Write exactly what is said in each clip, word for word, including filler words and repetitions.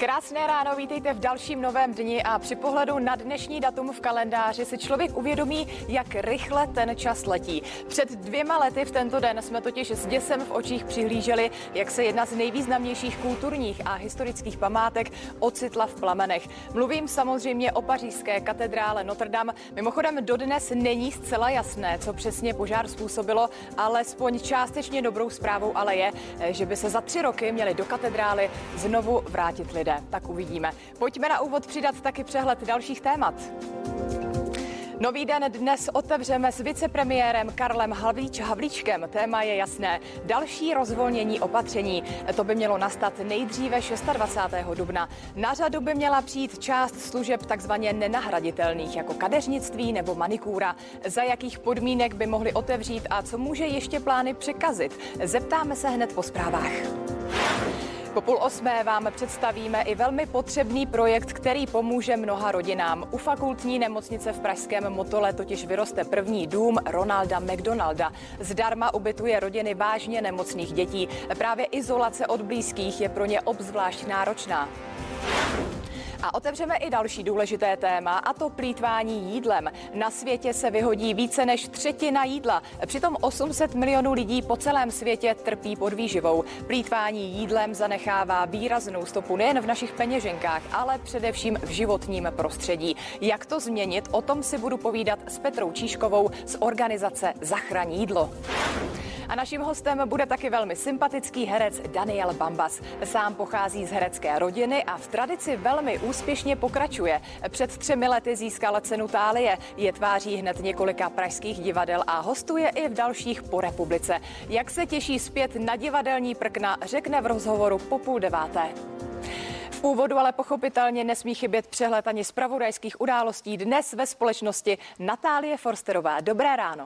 Krásné ráno, vítejte v dalším novém dni a při pohledu na dnešní datum v kalendáři si člověk uvědomí, jak rychle ten čas letí. Před dvěma lety v tento den jsme totiž s děsem v očích přihlíželi, jak se jedna z nejvýznamnějších kulturních a historických památek ocitla v plamenech. Mluvím samozřejmě o pařížské katedrále Notre Dame. Mimochodem dodnes není zcela jasné, co přesně požár způsobilo, alespoň částečně dobrou zprávou ale je, že by se za tři roky měli do katedrály znovu vrátit lidé. Tak uvidíme. Pojďme na úvod přidat taky přehled dalších témat. Nový den dnes otevřeme s vicepremiérem Karlem Havlíč, Havlíčkem. Téma je jasné. Další rozvolnění opatření. To by mělo nastat nejdříve dvacátého šestého dubna. Na řadu by měla přijít část služeb takzvaně nenahraditelných, jako kadeřnictví nebo manikúra. Za jakých podmínek by mohli otevřít a co může ještě plány překazit? Zeptáme se hned po zprávách. Po půl osmé vám představíme i velmi potřebný projekt, který pomůže mnoha rodinám. U fakultní nemocnice v pražském Motole totiž vyroste první dům Ronalda McDonalda. Zdarma ubytuje rodiny vážně nemocných dětí. Právě izolace od blízkých je pro ně obzvlášť náročná. A otevřeme i další důležité téma, a to plýtvání jídlem. Na světě se vyhodí více než třetina jídla. Přitom osm set milionů lidí po celém světě trpí podvýživou. Plýtvání jídlem zanechává výraznou stopu nejen v našich peněženkách, ale především v životním prostředí. Jak to změnit, o tom si budu povídat s Petrou Číškovou z organizace Zachraň jídlo. A naším hostem bude taky velmi sympatický herec Daniel Bambas. Sám pochází z herecké rodiny a v tradici velmi úspěšně pokračuje. Před třemi lety získal cenu Thálie, je tváří hned několika pražských divadel a hostuje i v dalších po republice. Jak se těší zpět na divadelní prkna, řekne v rozhovoru po půl deváté. V úvodu ale pochopitelně nesmí chybět přehled ani zpravodajských událostí dnes ve společnosti. Natálie Forsterová, dobré ráno.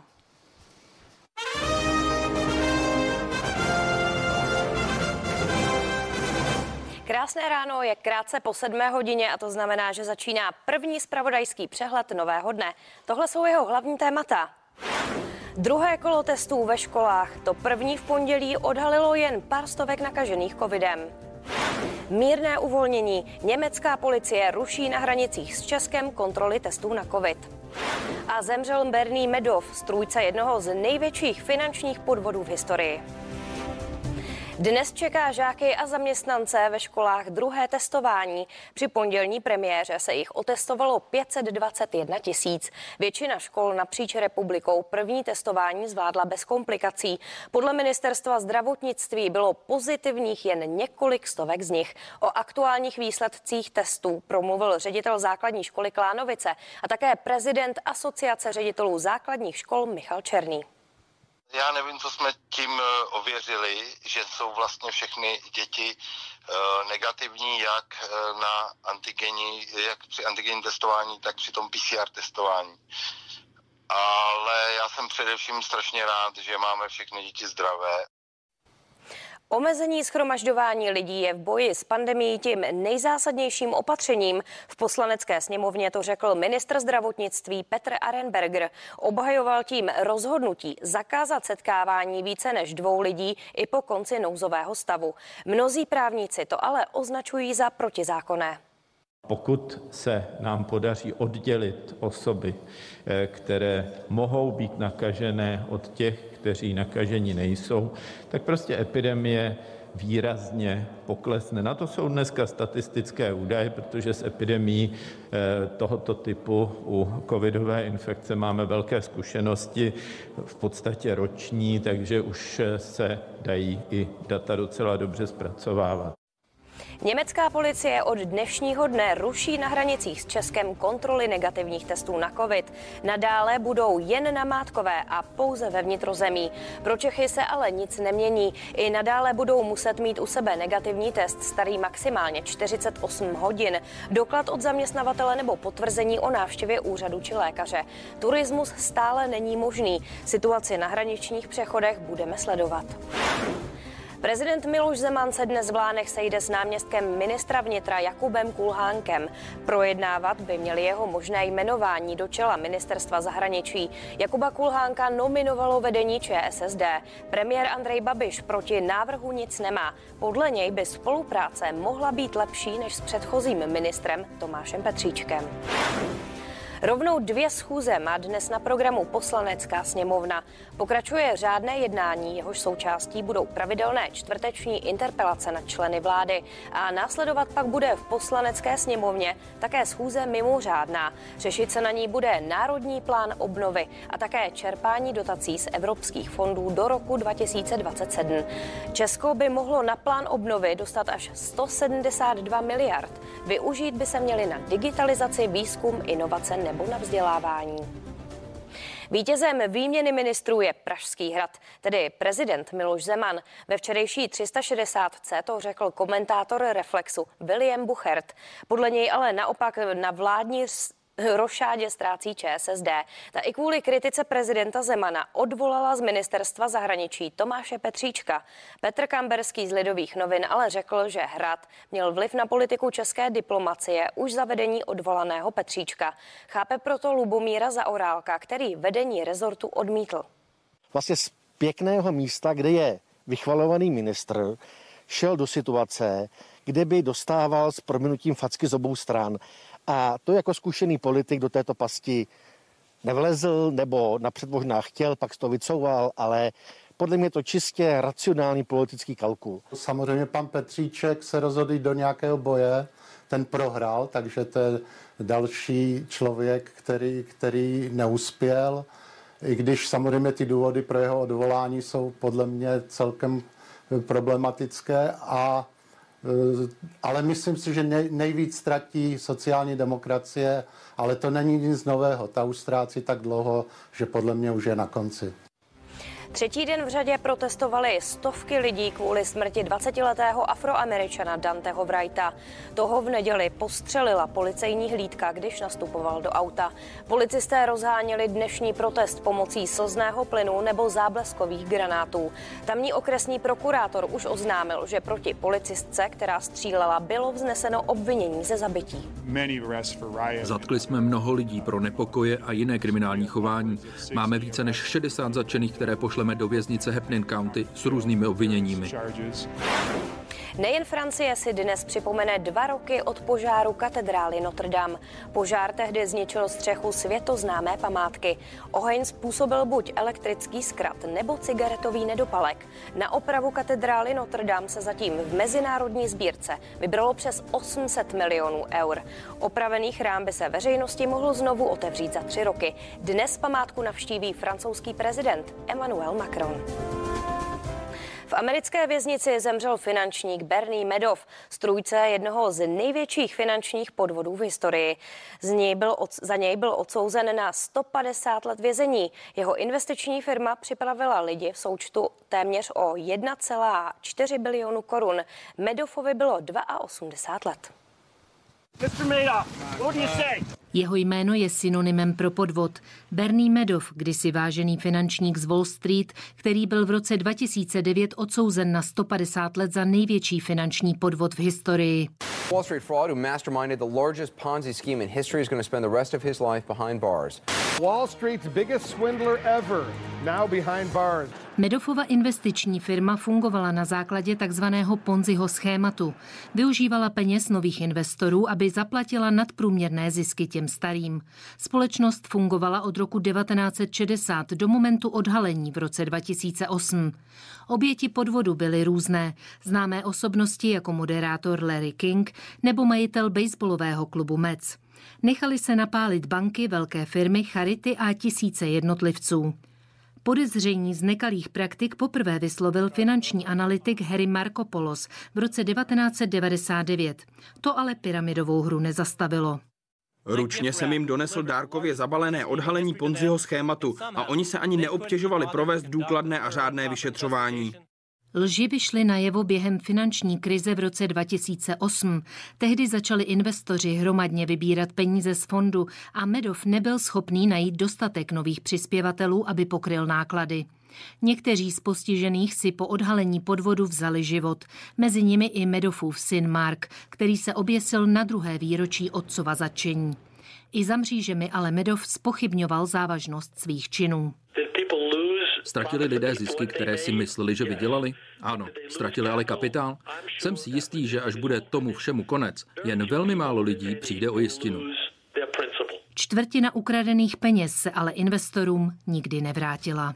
Krásné ráno, je krátce po sedmé hodině a to znamená, že začíná první zpravodajský přehled nového dne. Tohle jsou jeho hlavní témata. Druhé kolo testů ve školách. To první v pondělí odhalilo jen pár stovek nakažených covidem. Mírné uvolnění. Německá policie ruší na hranicích s Českem kontroly testů na covid. A zemřel Bernie Madoff, strůjce jednoho z největších finančních podvodů v historii. Dnes čeká žáky a zaměstnance ve školách druhé testování. Při pondělní premiéře se jich otestovalo pět set dvacet jedna tisíc. Většina škol napříč republikou první testování zvládla bez komplikací. Podle ministerstva zdravotnictví bylo pozitivních jen několik stovek z nich. O aktuálních výsledcích testů promluvil ředitel základní školy Klánovice a také prezident Asociace ředitelů základních škol Michal Černý. Já nevím, co jsme tím ověřili, že jsou vlastně všechny děti negativní jak na antigeni, jak při antigenním testování, tak při tom P C R testování. Ale já jsem především strašně rád, že máme všechny děti zdravé. Omezení shromažďování lidí je v boji s pandemií tím nejzásadnějším opatřením. V poslanecké sněmovně to řekl ministr zdravotnictví Petr Arenberger. Obhajoval tím rozhodnutí zakázat setkávání více než dvou lidí i po konci nouzového stavu. Mnozí právníci to ale označují za protizákonné. Pokud se nám podaří oddělit osoby, které mohou být nakažené od těch, kteří nakaženi nejsou, tak prostě epidemie výrazně poklesne. Na to jsou dneska statistické údaje, protože s epidemií tohoto typu u covidové infekce máme velké zkušenosti, v podstatě roční, takže už se dají i data docela dobře zpracovávat. Německá policie od dnešního dne ruší na hranicích s Českem kontroly negativních testů na covid. Nadále budou jen namátkové a pouze ve vnitrozemí. Pro Čechy se ale nic nemění. I nadále budou muset mít u sebe negativní test starý maximálně čtyřicet osm hodin, doklad od zaměstnavatele nebo potvrzení o návštěvě úřadu či lékaře. Turismus stále není možný. Situaci na hraničních přechodech budeme sledovat. Prezident Miloš Zeman se dnes v Lánech sejde s náměstkem ministra vnitra Jakubem Kulhánkem. Projednávat by měli jeho možné jmenování do čela ministerstva zahraničí. Jakuba Kulhánka nominovalo vedení ČSSD. Premiér Andrej Babiš proti návrhu nic nemá. Podle něj by spolupráce mohla být lepší než s předchozím ministrem Tomášem Petříčkem. Rovnou dvě schůze má dnes na programu Poslanecká sněmovna. Pokračuje řádné jednání, jehož součástí budou pravidelné čtvrteční interpelace na členy vlády a následovat pak bude v Poslanecké sněmovně také schůze mimořádná. Řešit se na ní bude Národní plán obnovy a také čerpání dotací z evropských fondů do roku dva tisíce dvacet sedm. Česko by mohlo na plán obnovy dostat až sto sedmdesát dva miliard. Využít by se měly na digitalizaci, výzkum, inovace nebo na vzdělávání. Vítězem výměny ministrů je Pražský hrad, tedy prezident Miloš Zeman. Ve včerejší tři sta šedesátce to řekl komentátor Reflexu William Buchert. Podle něj ale naopak na vládní rošádě ztrácí ČSSD. Ta i kvůli kritice prezidenta Zemana odvolala z ministerstva zahraničí Tomáše Petříčka. Petr Kamberský z Lidových novin ale řekl, že Hrad měl vliv na politiku české diplomacie už za vedení odvolaného Petříčka. Chápe proto Lubomíra Zaorálka, který vedení rezortu odmítl. Vlastně z pěkného místa, kde je vychvalovaný ministr, šel do situace, kde by dostával s prominutím facky z obou stran. A to jako zkušený politik do této pasti nevlezl, nebo napřed možná chtěl, pak to vycouval, ale podle mě to čistě racionální politický kalkul. Samozřejmě pan Petříček se rozhodl do nějakého boje, ten prohrál, takže to je další člověk, který, který neuspěl. I když samozřejmě ty důvody pro jeho odvolání jsou podle mě celkem problematické, a ale myslím si, že nejvíc ztratí sociální demokracie, ale to není nic nového. Ta už ztrácí tak dlouho, že podle mě už je na konci. Třetí den v řadě protestovali stovky lidí kvůli smrti dvacetiletého Afroameričana Danteho Wrighta. Toho v neděli postřelila policejní hlídka, když nastupoval do auta. Policisté rozháněli dnešní protest pomocí slzného plynu nebo zábleskových granátů. Tamní okresní prokurátor už oznámil, že proti policistce, která střílela, bylo vzneseno obvinění ze zabití. Zatkli jsme mnoho lidí pro nepokoje a jiné kriminální chování. Máme více než šedesát zatčených, které pošleme do věznice Hepburn County s různými obviněními. Nejen Francie si dnes připomene dva roky od požáru katedrály Notre Dame. Požár tehdy zničil střechu světoznámé památky. Oheň způsobil buď elektrický zkrat nebo cigaretový nedopalek. Na opravu katedrály Notre Dame se zatím v mezinárodní sbírce vybralo přes osm set milionů eur. Opravený chrám by se veřejnosti mohl znovu otevřít za tři roky. Dnes památku navštíví francouzský prezident Emmanuel Macron. V americké věznici zemřel finančník Bernie Madoff, strůjce jednoho z největších finančních podvodů v historii. Z něj byl, za něj byl odsouzen na sto padesát let vězení. Jeho investiční firma připravila lidi v součtu téměř o jedna celá čtyři bilionu korun. Madoffovi bylo osmdesát dva let. mister Madoff, what do you say? Jeho jméno je synonymem pro podvod. Bernie Madoff, kdysi vážený finančník z Wall Street, který byl v roce dva tisíce devět odsouzen na sto padesát let za největší finanční podvod v historii. Wall Street fraud who masterminded the largest Ponzi scheme in history is going to spend the rest of his life behind bars. Wall Street's biggest swindler ever, now behind bars. Madoffova investiční firma fungovala na základě takzvaného Ponziho schématu. Využívala peněz nových investorů, aby zaplatila nadprůměrné zisky těm starým. Společnost fungovala od roku devatenáct set šedesát do momentu odhalení v roce dva tisíce osm. Oběti podvodu byly různé. Známé osobnosti jako moderátor Larry King nebo majitel baseballového klubu Mets. Nechali se napálit banky, velké firmy, charity a tisíce jednotlivců. Podezření z nekalých praktik poprvé vyslovil finanční analytik Harry Markopoulos v roce devatenáct set devadesát devět. To ale pyramidovou hru nezastavilo. Ručně jsem jim donesl dárkově zabalené odhalení Ponziho schématu a oni se ani neobtěžovali provést důkladné a řádné vyšetřování. Lži vyšly najevo během finanční krize v roce dva tisíce osm. Tehdy začali investoři hromadně vybírat peníze z fondu a Medov nebyl schopný najít dostatek nových přispěvatelů, aby pokryl náklady. Někteří z postižených si po odhalení podvodu vzali život. Mezi nimi i Medovův syn Mark, který se oběsil na druhé výročí otcova zatčení. I za mřížemi ale Medov zpochybňoval závažnost svých činů. Ztratili lidé zisky, které si mysleli, že vydělali? Ano. Ztratili ale kapitál? Jsem si jistý, že až bude tomu všemu konec, jen velmi málo lidí přijde o jistinu. Čtvrtina ukradených peněz se ale investorům nikdy nevrátila.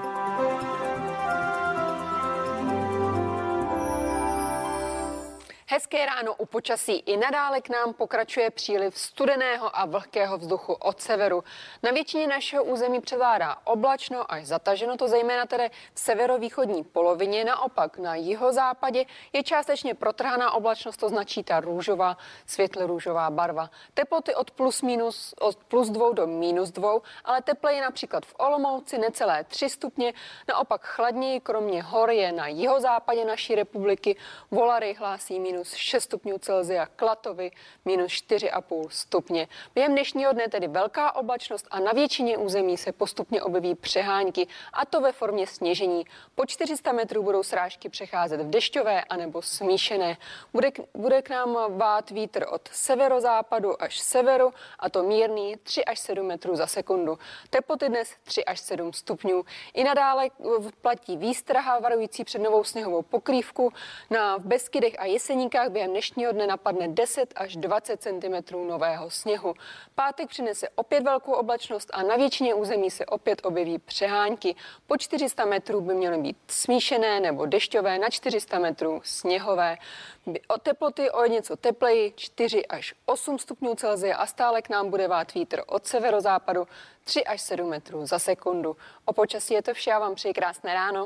Hezké ráno u počasí. I nadále k nám pokračuje příliv studeného a vlhkého vzduchu od severu. Na většině našeho území převládá oblačno až zataženo, to zejména tedy v severovýchodní polovině. Naopak na jihozápadě je částečně protrhaná oblačnost, to značí ta růžová, světle růžová barva. Teploty od plus, minus, od plus dvou do minus dvou, ale tepleji například v Olomouci necelé tři stupně. Naopak chladněji, kromě hor, je na jihozápadě naší republiky. Volary hlásí minus šest stupňů Celsia, Klatovy minus čtyři a půl stupně. Během dnešního dne tedy velká oblačnost a na většině území se postupně objeví přehánky, a to ve formě sněžení. Po čtyři sta metrů budou srážky přecházet v dešťové anebo smíšené. Bude k, bude k nám vát vítr od severozápadu až severu, a to mírný tři až sedm metrů za sekundu. Teploty dnes tři až sedm stupňů. I nadále platí výstraha varující před novou sněhovou pokrývku. Na Beskydech a Jeseníkách během dnešního dne napadne deset až dvacet centimetrů nového sněhu. Pátek přinese opět velkou oblačnost a na většině území se opět objeví přehánky. Po čtyři sta metrů by měly být smíšené nebo dešťové, na čtyři sta metrů sněhové. O teploty o něco tepleji, čtyři až osm stupňů Celsia, a stále k nám bude vát vítr od severozápadu tři až sedm metrů za sekundu. O počasí je to vše, já vám přeji krásné ráno.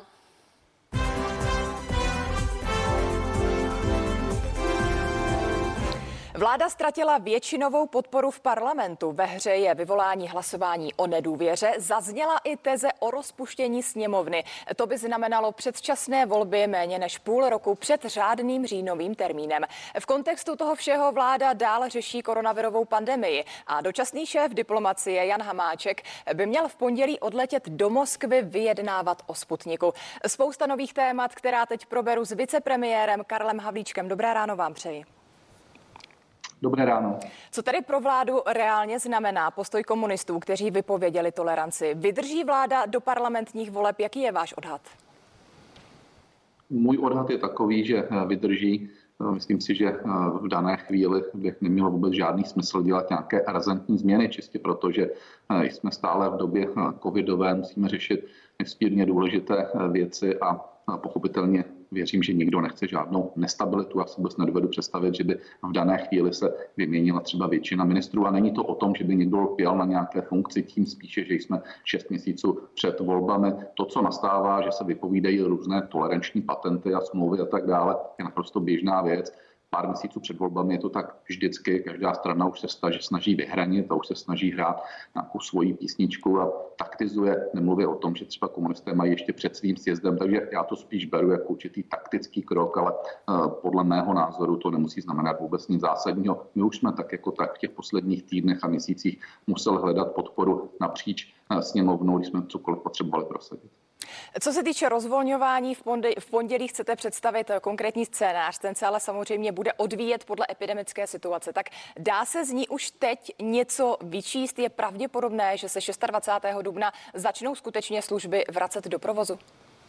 Vláda ztratila většinovou podporu v parlamentu. Ve hře je vyvolání hlasování o nedůvěře. Zazněla i teze o rozpuštění sněmovny. To by znamenalo předčasné volby méně než půl roku před řádným říjnovým termínem. V kontextu toho všeho vláda dál řeší koronavirovou pandemii a dočasný šéf diplomacie Jan Hamáček by měl v pondělí odletět do Moskvy vyjednávat o Sputniku. Spousta nových témat, která teď proberu s vicepremiérem Karlem Havlíčkem. Dobré ráno vám přeji. Dobré ráno. Co tedy pro vládu reálně znamená postoj komunistů, kteří vypověděli toleranci? Vydrží vláda do parlamentních voleb? Jaký je váš odhad? Můj odhad je takový, že vydrží. Myslím si, že v dané chvíli by nemělo vůbec žádný smysl dělat nějaké razantní změny, čistě proto, že jsme stále v době covidové, musíme řešit nesmírně důležité věci a pochopitelně věřím, že nikdo nechce žádnou nestabilitu. Já si vůbec nedovedu představit, že by v dané chvíli se vyměnila třeba většina ministrů. A není to o tom, že by někdo lpěl na nějaké funkci, tím spíše, že jsme šest měsíců před volbami. To, co nastává, že se vypovídají různé toleranční patenty a smlouvy a tak dále, je naprosto běžná věc. Pár měsíců před volbami je to tak vždycky. Každá strana už se snaží, snaží vyhranit a už se snaží hrát nějakou svoji písničku a taktizuje. Nemluvě o tom, že třeba komunisté mají ještě před svým sjezdem, takže já to spíš beru jako určitý taktický krok, ale uh, podle mého názoru to nemusí znamenat vůbec nic zásadního. My už jsme tak jako tak v těch posledních týdnech a měsících museli hledat podporu napříč uh, sněmovnou, když jsme cokoliv potřebovali prosadit. Co se týče rozvolňování, v pondělí, v pondělí chcete představit konkrétní scénář, ten se ale samozřejmě bude odvíjet podle epidemické situace. Tak dá se z ní už teď něco vyčíst? Je pravděpodobné, že se dvacátého šestého dubna začnou skutečně služby vracet do provozu?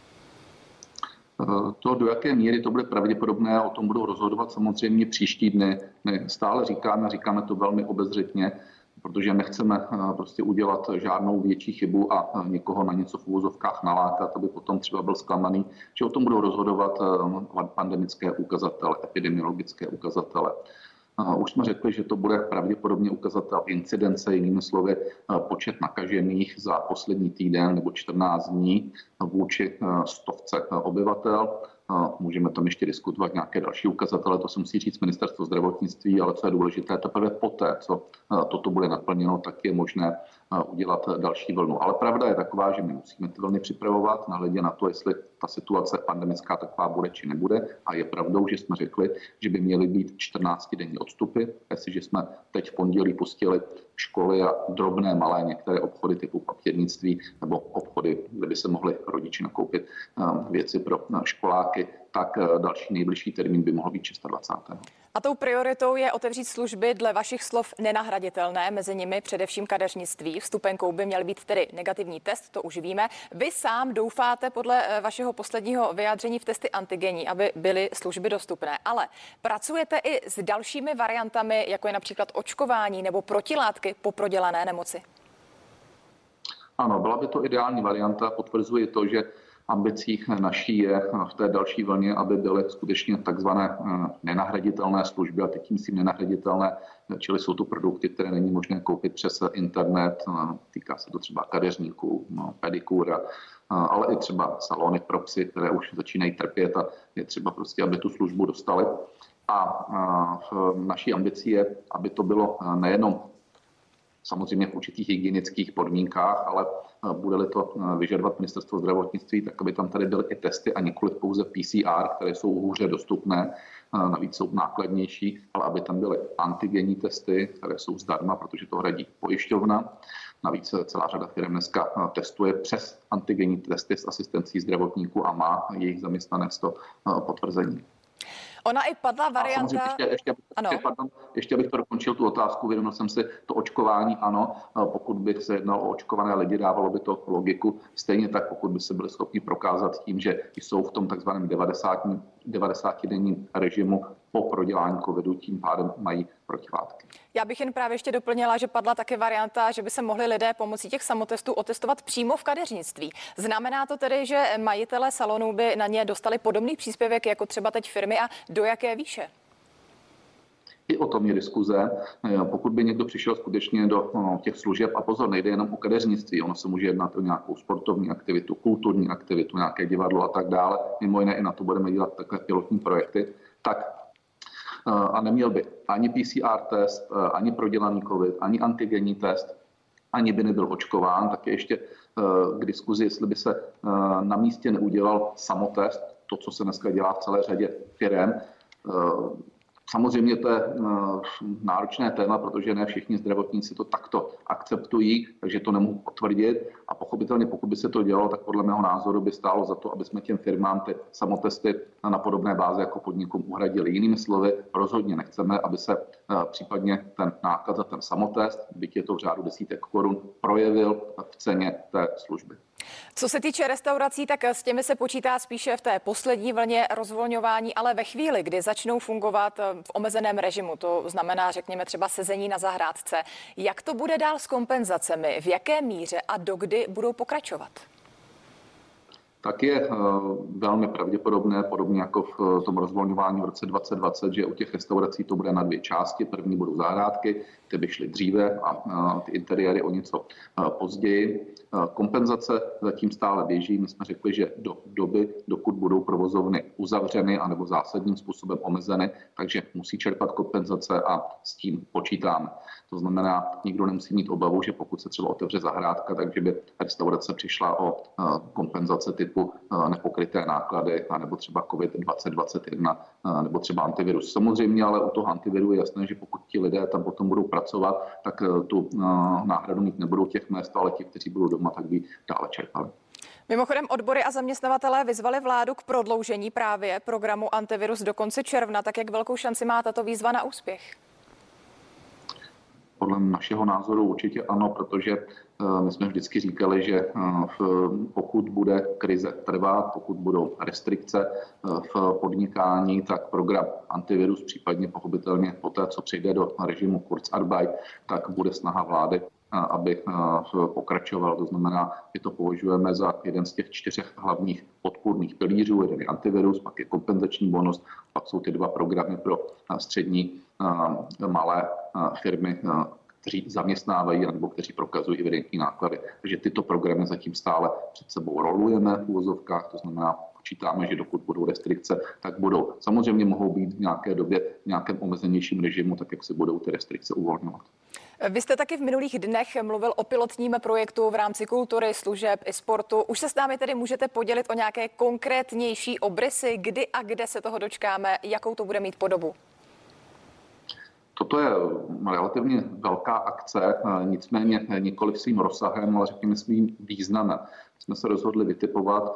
To, do jaké míry to bude pravděpodobné, o tom budou rozhodovat samozřejmě příští dny. My stále říkáme, říkáme to velmi obezřetně, protože nechceme prostě udělat žádnou větší chybu a někoho na něco v uvozovkách nalákat, aby potom třeba byl zklamaný, že o tom budou rozhodovat pandemické ukazatele, epidemiologické ukazatele. Už jsme řekli, že to bude pravděpodobně ukazatel incidence, jinými slovy počet nakažených za poslední týden nebo čtrnáct dní vůči stovce obyvatel. Můžeme tam ještě diskutovat nějaké další ukazatele, to se musí říct ministerstvo zdravotnictví, ale co je důležité, teprve poté, co toto bude naplněno, tak je možné udělat další vlnu. Ale pravda je taková, že my musíme ty vlny připravovat, nahledě na to, jestli ta situace pandemická taková bude či nebude. A je pravdou, že jsme řekli, že by měly být čtrnáctidenní odstupy. Jestliže jsme teď v pondělí pustili školy a drobné malé některé obchody typu papírnictví nebo obchody, kde by se mohli rodiči nakoupit věci pro školáky, tak další nejbližší termín by mohl být dvacátého šestého A tou prioritou je otevřít služby dle vašich slov nenahraditelné, mezi nimi především kadeřnictví. Vstupenkou by měl být tedy negativní test, to už víme. Vy sám doufáte podle vašeho posledního vyjádření v testy antigenní, aby byly služby dostupné. Ale pracujete i s dalšími variantami, jako je například očkování nebo protilátky po prodělané nemoci? Ano, byla by to ideální varianta. Potvrzuje to, že ambicí naší je v té další vlně, aby byly skutečně takzvané nenahraditelné služby, a teď myslím nenahraditelné, čili jsou to produkty, které není možné koupit přes internet, týká se to třeba kadeřníků, pedikura, ale i třeba salony pro psy, které už začínají trpět a je třeba prostě, aby tu službu dostali. A naší ambicí je, aby to bylo nejenom samozřejmě v určitých hygienických podmínkách, ale bude-li to vyžadovat ministerstvo zdravotnictví, tak aby tam tady byly i testy a nikoli pouze P C R, které jsou hůře dostupné, navíc jsou nákladnější, ale aby tam byly antigenní testy, které jsou zdarma, protože to hradí pojišťovna. Navíc celá řada firm dneska testuje přes antigenní testy s asistencí zdravotníků a má jejich zaměstnanec to potvrzení. Ona i padla varianta... Ještě, ještě, ještě, pardon, ještě abych to dokončil tu otázku, vědomil jsem si to očkování, ano, pokud by se jednalo o očkované lidi, dávalo by to logiku. Stejně tak, pokud by se byli schopni prokázat tím, že jsou v tom takzvaném devadesátidenním režimu po prodělání covidu, tím pádem mají protilátky. Já bych jen právě ještě doplnila, že padla také varianta, že by se mohli lidé pomocí těch samotestů otestovat přímo v kadeřnictví. Znamená to tedy, že majitelé salonů by na ně dostali podobný příspěvek jako třeba teď firmy a do jaké výše? I o tom je diskuze. Pokud by někdo přišel skutečně do těch služeb, a pozor, nejde jenom o kadeřnictví, ono se může jednat o nějakou sportovní aktivitu, kulturní aktivitu, nějaké divadlo a tak dále. Mimo jiné i na to budeme dělat takové pilotní projekty. Tak a neměl by ani P C R test, ani prodělaný covid, ani antigenní test, ani by nebyl očkován, tak je ještě k diskuzi, jestli by se na místě neudělal samotest, to, co se dneska dělá v celé řadě firem. Samozřejmě to je náročné téma, protože ne všichni zdravotníci to takto akceptují, takže to nemohu potvrdit. A pochopitelně, pokud by se to dělalo, tak podle mého názoru by stálo za to, aby jsme těm firmám ty samotesty na podobné bázi jako podnikům uhradili. Jinými slovy, rozhodně nechceme, aby se případně ten náklad za ten samotest, byť je to v řádu desítek korun, projevil v ceně té služby. Co se týče restaurací, tak s těmi se počítá spíše v té poslední vlně rozvolňování, ale ve chvíli, kdy začnou fungovat v omezeném režimu, to znamená, řekněme třeba sezení na zahrádce, jak to bude dál s kompenzacemi, v jaké míře a dokdy budou pokračovat? Tak je velmi pravděpodobné, podobně jako v tom rozvolňování v roce dvacet dvacet, že u těch restaurací to bude na dvě části. První budou zahrádky, ty by šly dříve a ty interiéry o něco později. Kompenzace zatím stále běží. My jsme řekli, že do doby, dokud budou provozovny uzavřeny anebo zásadním způsobem omezeny, takže musí čerpat kompenzace a s tím počítáme. To znamená, nikdo nemusí mít obavu, že pokud se třeba otevře zahrádka, takže by restaurace přišla o kompenzace typu nepokryté náklady, nebo třeba covid dvacet dvacet jedna, nebo třeba antivirus. Samozřejmě, ale u toho antiviru je jasné, že pokud ti lidé tam potom budou pracovat, tak tu náhradu mít nebudou těch mest, ale ti, kteří budou doma, tak by dále čerpali. Mimochodem odbory a zaměstnavatelé vyzvali vládu k prodloužení právě programu Antivirus do konce června. Tak jak velkou šanci má tato výzva na úspěch? Podle našeho názoru určitě ano, protože my jsme vždycky říkali, že pokud bude krize trvat, pokud budou restrikce v podnikání, tak program Antivirus, případně pochopitelně poté, co přijde do režimu Kurzarbeit, tak bude snaha vlády, aby pokračoval. To znamená, že to považujeme za jeden z těch čtyřech hlavních podpůrných pilířů. Jeden je Antivirus, pak je kompenzační bonus, pak jsou ty dva programy pro střední malé firmy, kteří zaměstnávají nebo kteří prokazují evidentní náklady. Takže tyto programy zatím stále před sebou rolujeme v uvozovkách, to znamená, počítáme, že dokud budou restrikce, tak budou. Samozřejmě mohou být v nějaké době v nějakém omezenějším režimu, tak jak se budou ty restrikce uvolňovat. Vy jste taky v minulých dnech mluvil o pilotním projektu v rámci kultury, služeb i sportu. Už se s námi tedy můžete podělit o nějaké konkrétnější obrysy, kdy a kde se toho dočkáme, jakou to bude mít podobu? Toto je relativně velká akce, nicméně nikoli svým rozsahem, ale řekněme svým významem. Jsme se rozhodli vytipovat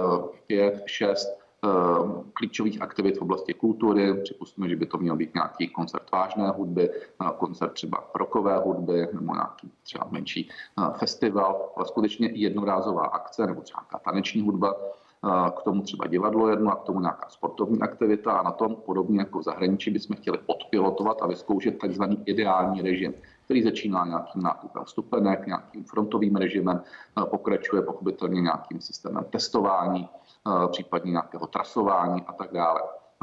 pět, šest klíčových aktivit v oblasti kultury. Připustíme, že by to měl být nějaký koncert vážné hudby, koncert třeba rockové hudby nebo nějaký třeba menší festival, ale skutečně jednorázová akce nebo třeba taneční hudba. K tomu třeba divadlo jedno a k tomu nějaká sportovní aktivita a na tom podobně jako v zahraničí bychom chtěli odpilotovat a vyzkoušet takzvaný ideální režim, který začíná nějakým nákupem vstupenek, nějakým frontovým režimem, pokračuje pochopitelně nějakým systémem testování, případně nějakého trasování a tak dále.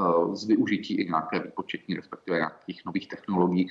Z využití i nějaké výpočetní, respektive nějakých nových technologií,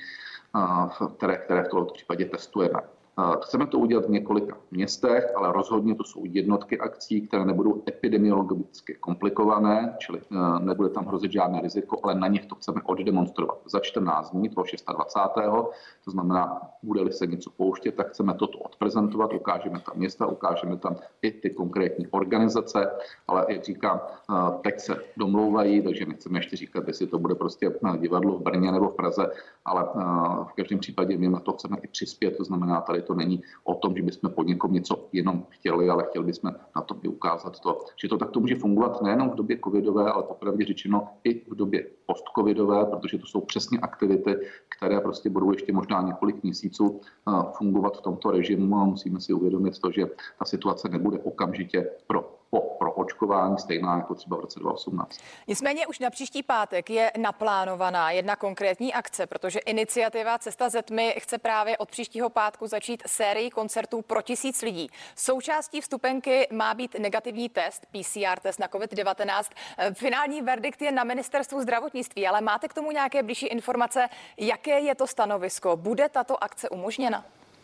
které, které v tomto případě testujeme. Chceme to udělat v několika městech, ale rozhodně to jsou jednotky akcí, které nebudou epidemiologicky komplikované, čili nebude tam hrozit žádné riziko, ale na nich to chceme oddemonstrovat za čtrnáct dní, toho dvacátého šestého To znamená, bude-li se něco pouštět, tak chceme toto odprezentovat, ukážeme tam města, ukážeme tam i ty konkrétní organizace, ale jak říkám, teď se domlouvají, takže nechceme ještě říkat, jestli to bude prostě divadlo v Brně nebo v Praze, ale v každém případě my na to chceme i přispět, to znamená, tady to není o tom, že bychom po někom něco jenom chtěli, ale chtěli bychom na to i ukázat to, že to takto může fungovat nejenom v době covidové, ale popravdě řečeno i v době post-covidové, protože to jsou přesně aktivity, které prostě budou ještě možná několik měsíců fungovat v tomto režimu a musíme si uvědomit to, že ta situace nebude okamžitě pro po proočkování stejná jako třeba v roce dva tisíce osmnáct. Nicméně už na příští pátek je naplánovaná jedna konkrétní akce, protože iniciativa Cesta ze tmy chce právě od příštího pátku začít sérii koncertů pro tisíc lidí. Součástí vstupenky má být negativní test, P C R test na covid devatenáct. Finální verdikt je na ministerstvu zdravotnictví, ale máte k tomu nějaké blížší informace, jaké je to stanovisko? Bude tato akce umožněna?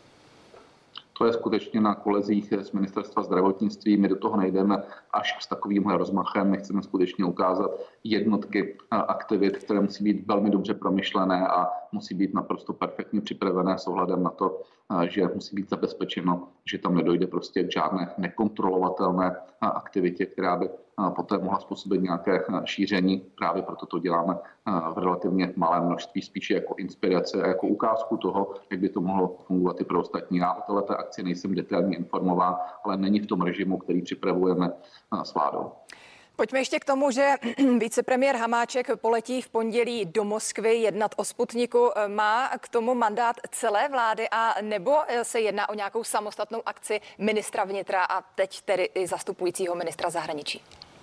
To je skutečně na kolezích z ministerstva zdravotnictví. My do toho nejdeme až s takovýmhle rozmachem. My chceme skutečně ukázat jednotky aktivit, které musí být velmi dobře promyšlené a musí být naprosto perfektně připravené s ohledem na to, že musí být zabezpečeno, že tam nedojde prostě k žádné nekontrolovatelné aktivitě, která by poté mohla způsobit nějaké šíření. Právě proto to děláme v relativně malém množství, spíše jako inspirace a jako ukázku toho, jak by to mohlo fungovat i pro ostatní. Já o této akci nejsem detailně informován, ale není v tom režimu, který připravujeme s vládou. Pojďme ještě k tomu, že vicepremiér Hamáček poletí v pondělí do Moskvy jednat o Sputniku. Má k tomu mandát celé vlády a nebo se jedná o nějakou samostatnou akci ministra vnitra a teď tedy i zastupujícího ministra zahraničí?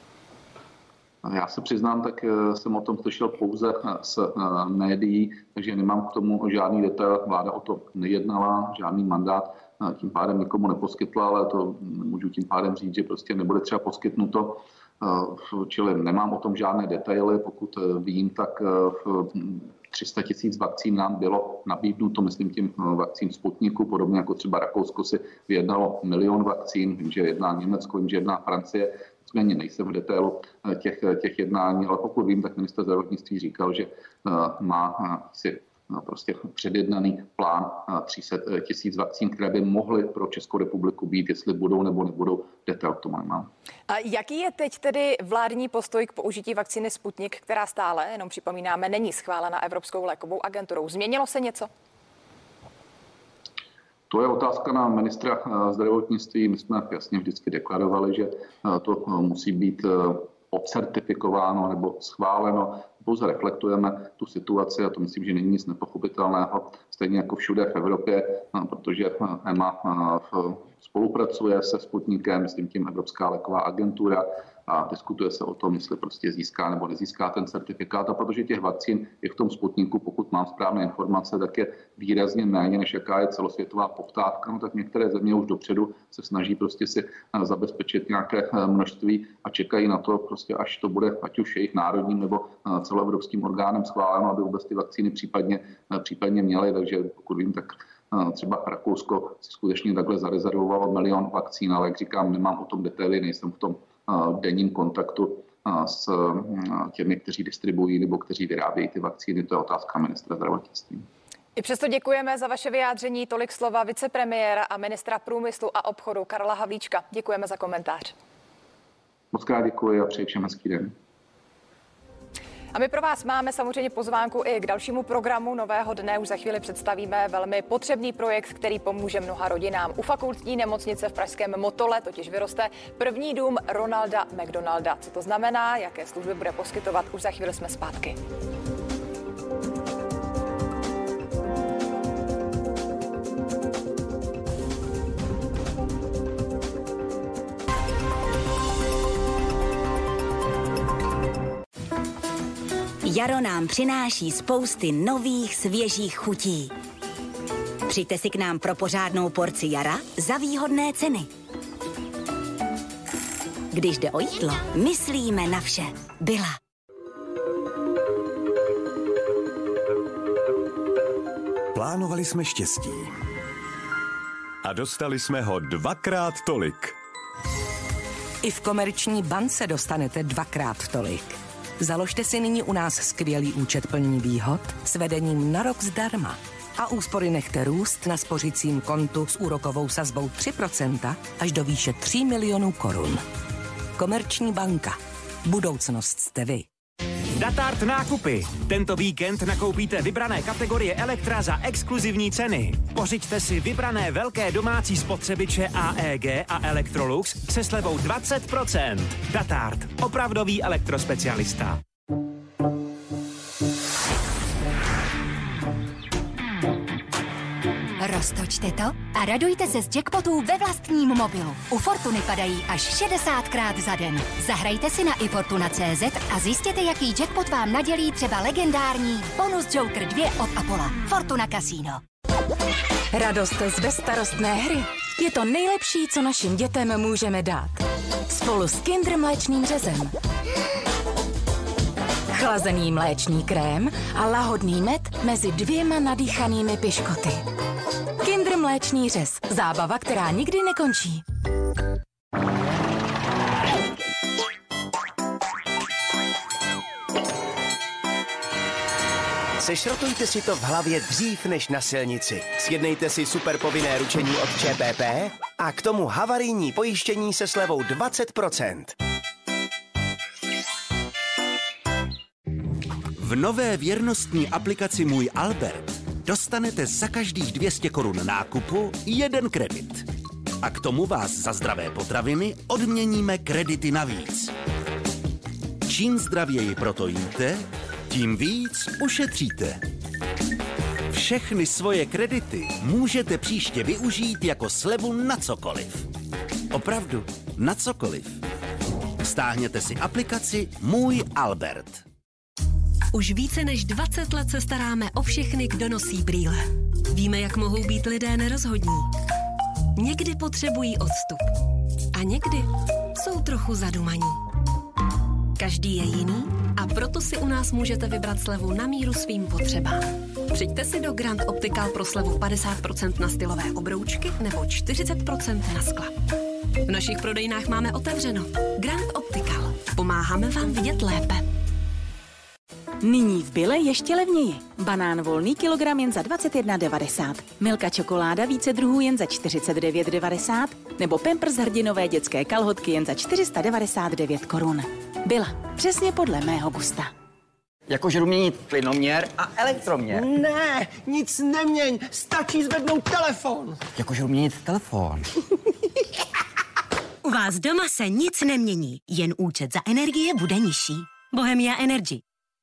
Já se přiznám, tak jsem o tom slyšel pouze z médií, takže nemám k tomu žádný detail. Vláda o tom nejednala, žádný mandát tím pádem nikomu neposkytla, ale to můžu tím pádem říct, že prostě nebude třeba poskytnuto. Čili nemám o tom žádné detaily, pokud vím, tak tři sta tisíc vakcín nám bylo nabídnuto, myslím tím vakcín Sputniku, podobně jako třeba Rakousko si vyjednalo milion vakcín, vím, že jedná Německo, vím, že jedná Francie, nicméně nejsem v detailu těch, těch jednání, ale pokud vím, tak ministr zdravotnictví říkal, že má si prostě předjednaný plán tři sta tisíc vakcín, které by mohly pro Českou republiku být, jestli budou nebo nebudou, detail k tomu nemám. A jaký je teď tedy vládní postoj k použití vakcíny Sputnik, která stále, jenom připomínáme, není schválena Evropskou lékovou agenturou? Změnilo se něco? To je otázka na ministra zdravotnictví. My jsme jasně vždycky deklarovali, že to musí být odcertifikováno nebo schváleno. Pouze reflektujeme tu situaci a to myslím, že není nic nepochopitelného, stejně jako všude v Evropě, protože E M A spolupracuje se Sputnikem, myslím tím Evropská léková agentura, a diskutuje se o tom, jestli prostě získá nebo nezíská ten certifikát. A protože těch vakcín je v tom Sputniku, pokud mám správné informace, tak je výrazně méně, než jaká je celosvětová poptávka. No, tak některé země už dopředu se snaží prostě si zabezpečit nějaké množství a čekají na to, prostě až to bude ať už jejich národním nebo celoevropským orgánem schváleno, aby vůbec ty vakcíny případně, případně měly. Takže pokud vím, tak třeba Rakousko si skutečně takhle zarezervovalo milion vakcín, ale jak říkám, nemám o tom detaily, nejsem v tom v denním kontaktu s těmi, kteří distribuují nebo kteří vyrábějí ty vakcíny. To je otázka ministra zdravotnictví. I přesto děkujeme za vaše vyjádření. Tolik slova vicepremiéra a ministra průmyslu a obchodu Karla Havlíčka. Děkujeme za komentář. Moc krát děkuji a přeji všem hezký den. A my pro vás máme samozřejmě pozvánku i k dalšímu programu Nového dne. Už za chvíli představíme velmi potřebný projekt, který pomůže mnoha rodinám. U fakultní nemocnice v pražském Motole totiž vyroste první dům Ronalda McDonalda. Co to znamená, jaké služby bude poskytovat, už za chvíli jsme zpátky. Jaro nám přináší spousty nových, svěžích chutí. Přijďte si k nám pro pořádnou porci jara za výhodné ceny. Když jde o jídlo, myslíme na vše. Byla. Plánovali jsme štěstí. A dostali jsme ho dvakrát tolik. I v Komerční bance dostanete dvakrát tolik. Založte si nyní u nás skvělý účet plný výhod s vedením na rok zdarma. A úspory nechte růst na spořicím kontu s úrokovou sazbou tři procenta až do výše tří milionů korun. Komerční banka. Budoucnost jste vy. Datart nákupy. Tento víkend nakoupíte vybrané kategorie Elektra za exkluzivní ceny. Pořiďte si vybrané velké domácí spotřebiče A E G a Electrolux se slevou dvacet procent. Datart. Opravdový elektrospecialista. Roztočte to a radujte se z jackpotů ve vlastním mobilu. U Fortuny padají až šedesátkrát za den. Zahrajte si na i fortuna tečka cé zet a zjistěte, jaký jackpot vám nadělí třeba legendární Bonus Joker dva od Apollo. Fortuna Casino. Radost z bezstarostné hry je to nejlepší, co našim dětem můžeme dát. Spolu s Kinder mléčným řezem. Chlazený mléčný krém a lahodný med mezi dvěma nadýchanými piškoty. Kinder mléčný řez. Zábava, která nikdy nekončí. Sešrotujte si to v hlavě dřív než na silnici. Sjednejte si super povinné ručení od ČPP a k tomu havarijní pojištění se slevou dvacet procent. V nové věrnostní aplikaci Můj Albert dostanete za každých dvě stě korun nákupu jeden kredit. A k tomu vás za zdravé potraviny odměníme kredity navíc. Čím zdravěji proto jíte, tím víc ušetříte. Všechny svoje kredity můžete příště využít jako slevu na cokoliv. Opravdu, na cokoliv. Stáhněte si aplikaci Můj Albert. Už více než dvacet let se staráme o všechny, kdo nosí brýle. Víme, jak mohou být lidé nerozhodní. Někdy potřebují odstup. A někdy jsou trochu zadumaní. Každý je jiný a proto si u nás můžete vybrat slevu na míru svým potřebám. Přijďte si do Grand Optical pro slevu padesát procent na stylové obroučky nebo čtyřicet procent na skla. V našich prodejnách máme otevřeno. Grand Optical. Pomáháme vám vidět lépe. Nyní v Bile ještě levněji. Banán volný kilogram jen za dvacet jedna devadesát. Milka čokoláda více druhů jen za čtyřicet devět devadesát. Nebo Pampers hrdinové dětské kalhotky jen za čtyři sta devadesát devět korun. Byla. Přesně podle mého gusta. Jakože jdu měnit plynoměr a elektroměr. Ne, nic neměň, stačí zvednout telefon. Jakože jdu měnit telefon. U vás doma se nic nemění, jen účet za energie bude nižší. Bohemia Energy.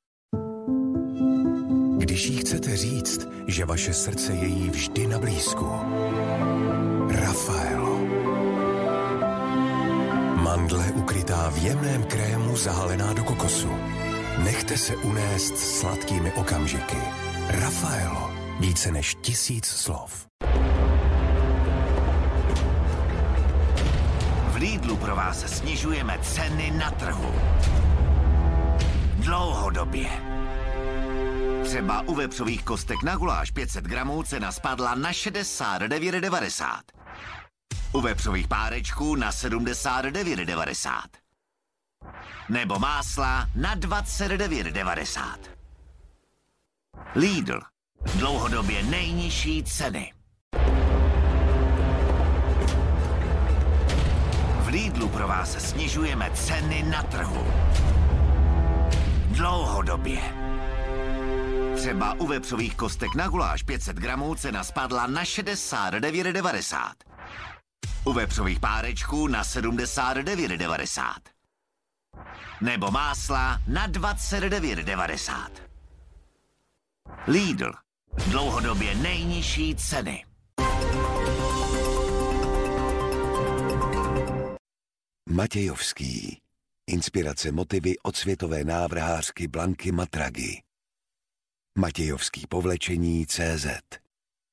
Když jí chcete říct, že vaše srdce je jí vždy na blízku. Raffaello. Mandle ukrytá v jemném krému zahalená do kokosu. Nechte se unést sladkými okamžiky. Raffaello. Více než tisíc slov. V Lidlu pro vás snižujeme ceny na trhu. Dlouhodobě. Třeba u vepřových kostek na guláš pět set gramů cena spadla na šedesát devět devadesát. U vepřových párečků na sedmdesát devět devadesát. Nebo másla na dvacet devět devadesát. Lidl. Dlouhodobě nejnižší ceny. V Lidlu pro vás snižujeme ceny na trhu. Dlouhodobě. Třeba u vepřových kostek na guláš pět set gramů cena spadla na šedesát devět devadesát. U vepřových párečků na sedmdesát devět devadesát. Nebo másla na dvacet devět devadesát. Lidl. Dlouhodobě nejnižší ceny. Matějovský. Inspirace motivy od světové návrhářky Blanky Matragi. Matějovský povlečení tečka cé zet.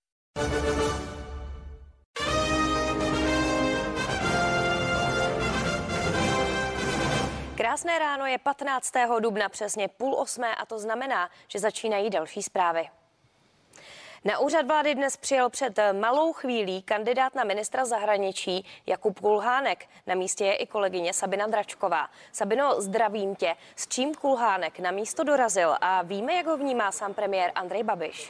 Krásné ráno, je patnáctého dubna, přesně půl osmé a to znamená, že začínají další zprávy. Na úřad vlády dnes přijel před malou chvílí kandidát na ministra zahraničí Jakub Kulhánek. Na místě je i kolegyně Sabina Dračková. Sabino, zdravím tě. S čím Kulhánek na místo dorazil a víme, jak ho vnímá sám premiér Andrej Babiš?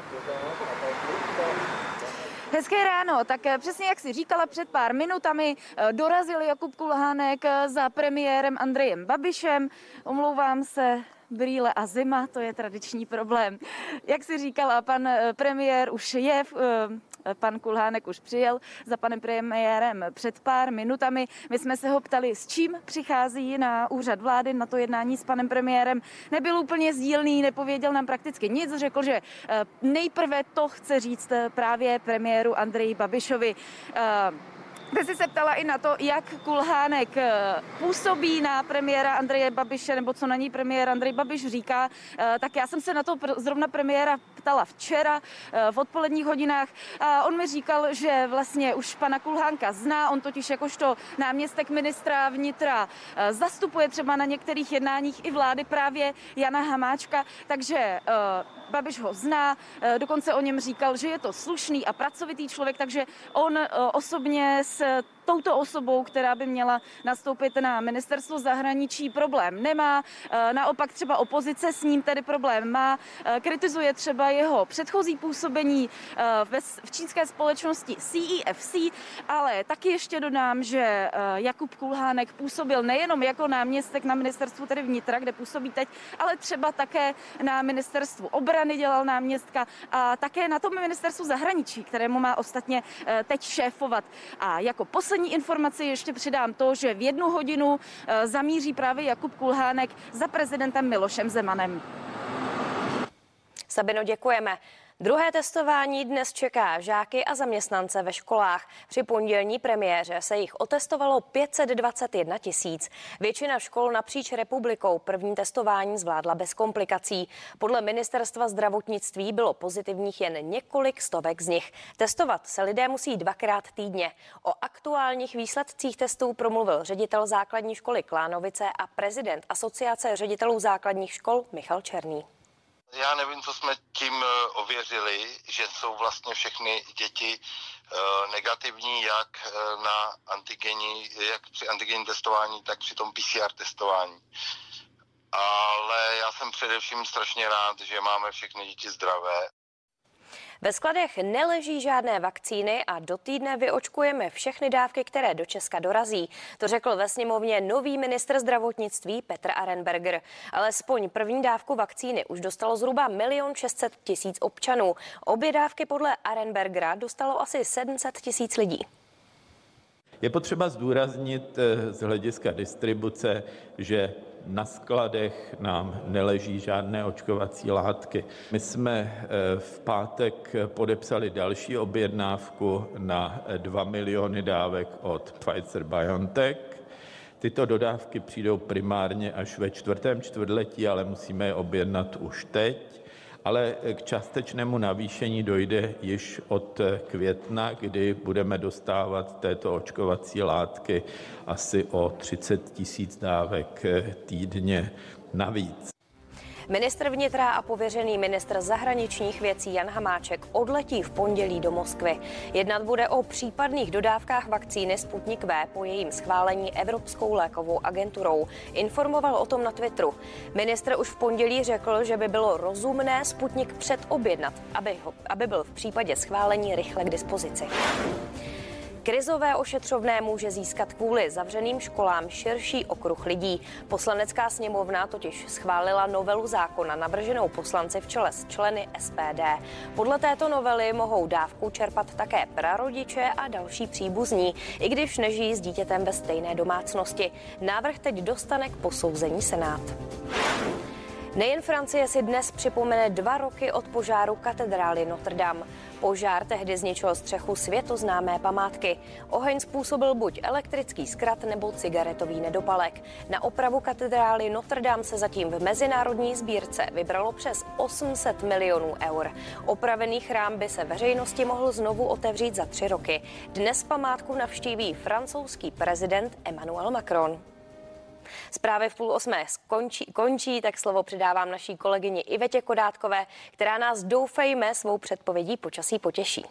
Hezké ráno, tak přesně jak si říkala, před pár minutami dorazil Jakub Kulhánek za premiérem Andrejem Babišem. Omlouvám se, brýle a zima, to je tradiční problém. Jak si říkala, pan premiér už je, pan Kulhánek už přijel za panem premiérem před pár minutami. My jsme se ho ptali, s čím přichází na úřad vlády, na to jednání s panem premiérem. Nebyl úplně sdílný, nepověděl nám prakticky nic, řekl, že nejprve to chce říct právě premiéru Andreji Babišovi. Ty jsi se ptala i na to, jak Kulhánek působí na premiéra Andreje Babiše, nebo co na ní premiér Andrej Babiš říká. Tak já jsem se na to zrovna premiéra ptala včera v odpoledních hodinách a on mi říkal, že vlastně už pana Kulhánka zná, on totiž jakožto náměstek ministra vnitra zastupuje třeba na některých jednáních i vlády právě Jana Hamáčka, takže Babiš ho zná, dokonce o něm říkal, že je to slušný a pracovitý člověk, takže on osobně s touto osobou, která by měla nastoupit na ministerstvo zahraničí, problém nemá. Naopak třeba opozice s ním tedy problém má. Kritizuje třeba jeho předchozí působení v čínské společnosti C E F C, ale taky ještě dodám, že Jakub Kulhánek působil nejenom jako náměstek na ministerstvu tedy vnitra, kde působí teď, ale třeba také na ministerstvu obrany dělal náměstka a také na tom ministerstvu zahraničí, kterému má ostatně teď šéfovat. A jako poslední informaci ještě přidám to, že v jednu hodinu zamíří právě Jakub Kulhánek za prezidentem Milošem Zemanem. Sabino, děkujeme. Druhé testování dnes čeká žáky a zaměstnance ve školách. Při pondělní premiéře se jich otestovalo pět set dvacet jedna tisíc. Většina škol napříč republikou první testování zvládla bez komplikací. Podle ministerstva zdravotnictví bylo pozitivních jen několik stovek z nich. Testovat se lidé musí dvakrát týdně. O aktuálních výsledcích testů promluvil ředitel základní školy Klánovice a prezident Asociace ředitelů základních škol Michal Černý. Já nevím, co jsme tím ověřili, že jsou vlastně všechny děti negativní jak na antigeni, jak při antigenním testování, tak při tom P C R testování. Ale já jsem především strašně rád, že máme všechny děti zdravé. Ve skladech neleží žádné vakcíny a do týdne vyočkujeme všechny dávky, které do Česka dorazí. To řekl ve sněmovně nový ministr zdravotnictví Petr Arenberger. Alespoň první dávku vakcíny už dostalo zhruba milion šest set tisíc občanů. Obě dávky podle Arenbergera dostalo asi sedm set tisíc lidí. Je potřeba zdůraznit z hlediska distribuce, že na skladech nám neleží žádné očkovací látky. My jsme v pátek podepsali další objednávku na dva miliony dávek od Pfizer-BioNTech. Tyto dodávky přijdou primárně až ve čtvrtém čtvrtletí, ale musíme je objednat už teď. Ale k částečnému navýšení dojde již od května, kdy budeme dostávat této očkovací látky asi o třicet tisíc dávek týdně navíc. Ministr vnitra a pověřený ministr zahraničních věcí Jan Hamáček odletí v pondělí do Moskvy. Jednat bude o případných dodávkách vakcíny Sputnik V po jejím schválení Evropskou lékovou agenturou. Informoval o tom na Twitteru. Ministr už v pondělí řekl, že by bylo rozumné Sputnik předobjednat, aby, ho, aby byl v případě schválení rychle k dispozici. Krizové ošetřovné může získat kvůli zavřeným školám širší okruh lidí. Poslanecká sněmovna totiž schválila novelu zákona navrženou poslanci v čele s členy S P D. Podle této novely mohou dávku čerpat také prarodiče a další příbuzní, i když nežijí s dítětem ve stejné domácnosti. Návrh teď dostane k posouzení Senát. Nejen Francie si dnes připomene dva roky od požáru katedrály Notre Dame. Požár tehdy zničil střechu světoznámé památky. Oheň způsobil buď elektrický zkrat nebo cigaretový nedopalek. Na opravu katedrály Notre Dame se zatím v mezinárodní sbírce vybralo přes osm set milionů eur. Opravený chrám by se veřejnosti mohl znovu otevřít za tři roky. Dnes památku navštíví francouzský prezident Emmanuel Macron. Zprávy v půl osmé končí, končí, tak slovo předávám naší kolegyni Ivetě Kodátkové, která nás doufejme svou předpovědí počasí potěší.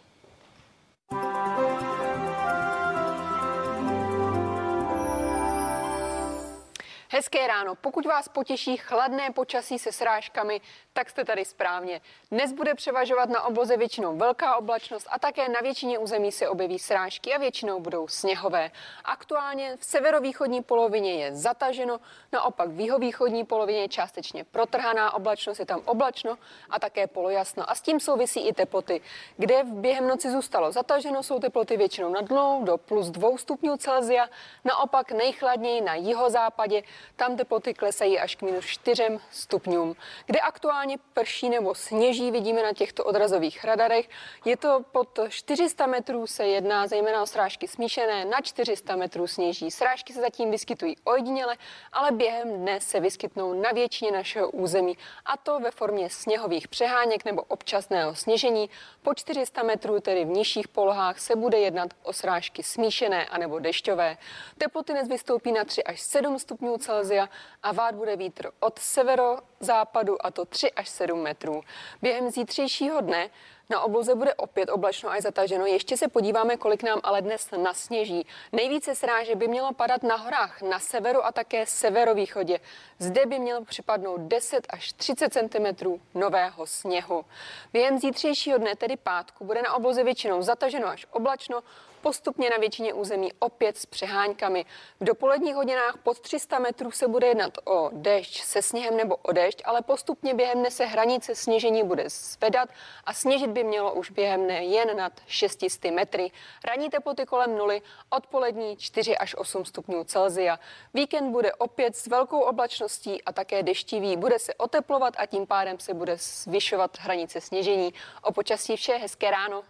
Hezké ráno. Pokud vás potěší chladné počasí se srážkami, tak jste tady správně. Dnes bude převažovat na obloze většinou velká oblačnost a také na většině území se objeví srážky a většinou budou sněhové. Aktuálně v severovýchodní polovině je zataženo, naopak v jihovýchodní polovině je částečně protrhaná oblačnost, je tam oblačno a také polojasno. A s tím souvisí i teploty. Kde během noci zůstalo zataženo, jsou teploty většinou nad nulou do plus dvou stupňů Celsia, naopak nejchladněji na jihozápadě. Tam teploty klesají až k minus čtyřem stupňům. Kde aktuálně prší nebo sněží, vidíme na těchto odrazových radarech. Je to pod čtyři sta metrů, se jedná zejména o srážky smíšené, na čtyři sta metrů sněží. Srážky se zatím vyskytují ojediněle, ale během dne se vyskytnou na většině našeho území. A to ve formě sněhových přeháněk nebo občasného sněžení. Po čtyři sta metrů, tedy v nižších polohách, se bude jednat o srážky smíšené anebo dešťové. Teploty dnes vystoupí na tři až sedm stupňů Celsia a vát bude vítr od severozápadu, a to tři až sedm metrů. Během zítřejšího dne na obloze bude opět oblačno a zataženo. Ještě se podíváme, kolik nám ale dnes nasněží. Nejvíce srážek by mělo padat na horách na severu a také severovýchodě. Zde by mělo připadnout deset až třicet centimetrů nového sněhu. Během zítřejšího dne, tedy pátku, bude na obloze většinou zataženo až oblačno, postupně na většině území opět s přehánkami. V dopoledních hodinách pod tři sta metrů se bude jednat o déšť se sněhem nebo o déšť, ale postupně během dne se hranice sněžení bude zvedat a sněžit by mělo už během dne jen nad šesti sty metry. Ranní teploty kolem nuly, odpolední čtyři až osm stupňů Celsia. Víkend bude opět s velkou oblačností a také deštivý. Bude se oteplovat a tím pádem se bude zvyšovat hranice sněžení. O počasí vše, hezké ráno.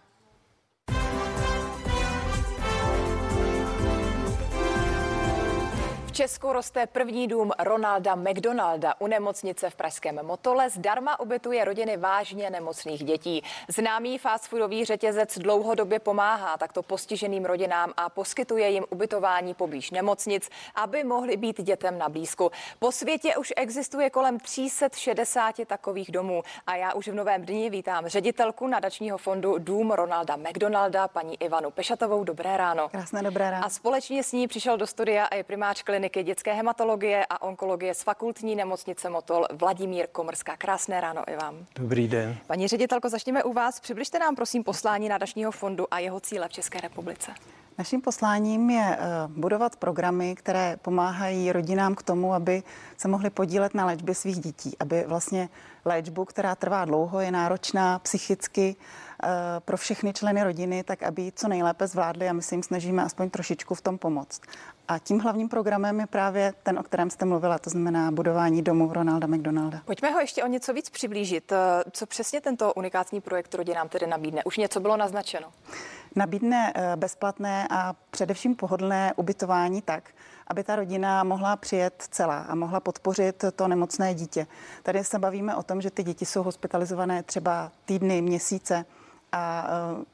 V Česku roste první dům Ronalda McDonalda. U nemocnice v pražském Motole zdarma ubytuje rodiny vážně nemocných dětí. Známý fast foodový řetězec dlouhodobě pomáhá takto postiženým rodinám a poskytuje jim ubytování poblíž nemocnic, aby mohli být dětem na blízku. Po světě už existuje kolem tři sta šedesát takových domů a já už v Novém dni vítám ředitelku nadačního fondu Dům Ronalda McDonalda, paní Ivanu Pešatovou. Dobré ráno. Krásné dobré ráno. A společně s ní přišel do studia i primář kliniky dětské hematologie a onkologie z fakultní nemocnice Motol Vladimír Komrská. Krásné ráno i vám. Dobrý den. Paní ředitelko, začněme u vás. Přibližte nám prosím poslání nadačního fondu a jeho cíle v České republice. Naším posláním je budovat programy, které pomáhají rodinám k tomu, aby se mohli podílet na léčbě svých dětí, aby vlastně léčbu, která trvá dlouho, je náročná psychicky pro všechny členy rodiny, tak aby ji co nejlépe zvládli a my se jim snažíme aspoň trošičku v tom pomoct. A tím hlavním programem je právě ten, o kterém jste mluvila, to znamená budování domu Ronalda McDonalda. Pojďme ho ještě o něco víc přiblížit. Co přesně tento unikátní projekt rodinám tedy nabídne? Už něco bylo naznačeno. Nabídne bezplatné a především pohodlné ubytování tak, aby ta rodina mohla přijet celá a mohla podpořit to nemocné dítě. Tady se bavíme o tom, že ty děti jsou hospitalizované třeba týdny, měsíce a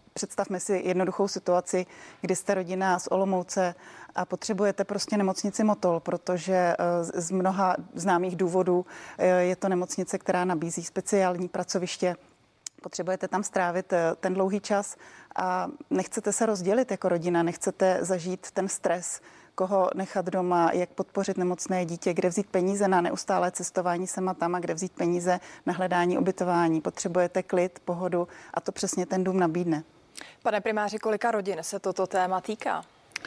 představme si jednoduchou situaci, kdy jste rodina z Olomouce a potřebujete prostě nemocnici Motol, protože z mnoha známých důvodů je to nemocnice, která nabízí speciální pracoviště. Potřebujete tam strávit ten dlouhý čas a nechcete se rozdělit jako rodina, nechcete zažít ten stres, koho nechat doma, jak podpořit nemocné dítě, kde vzít peníze na neustálé cestování sem a tam a kde vzít peníze na hledání ubytování. Potřebujete klid, pohodu a to přesně ten dům nabídne. Pane primáři, kolika rodin se toto téma týká?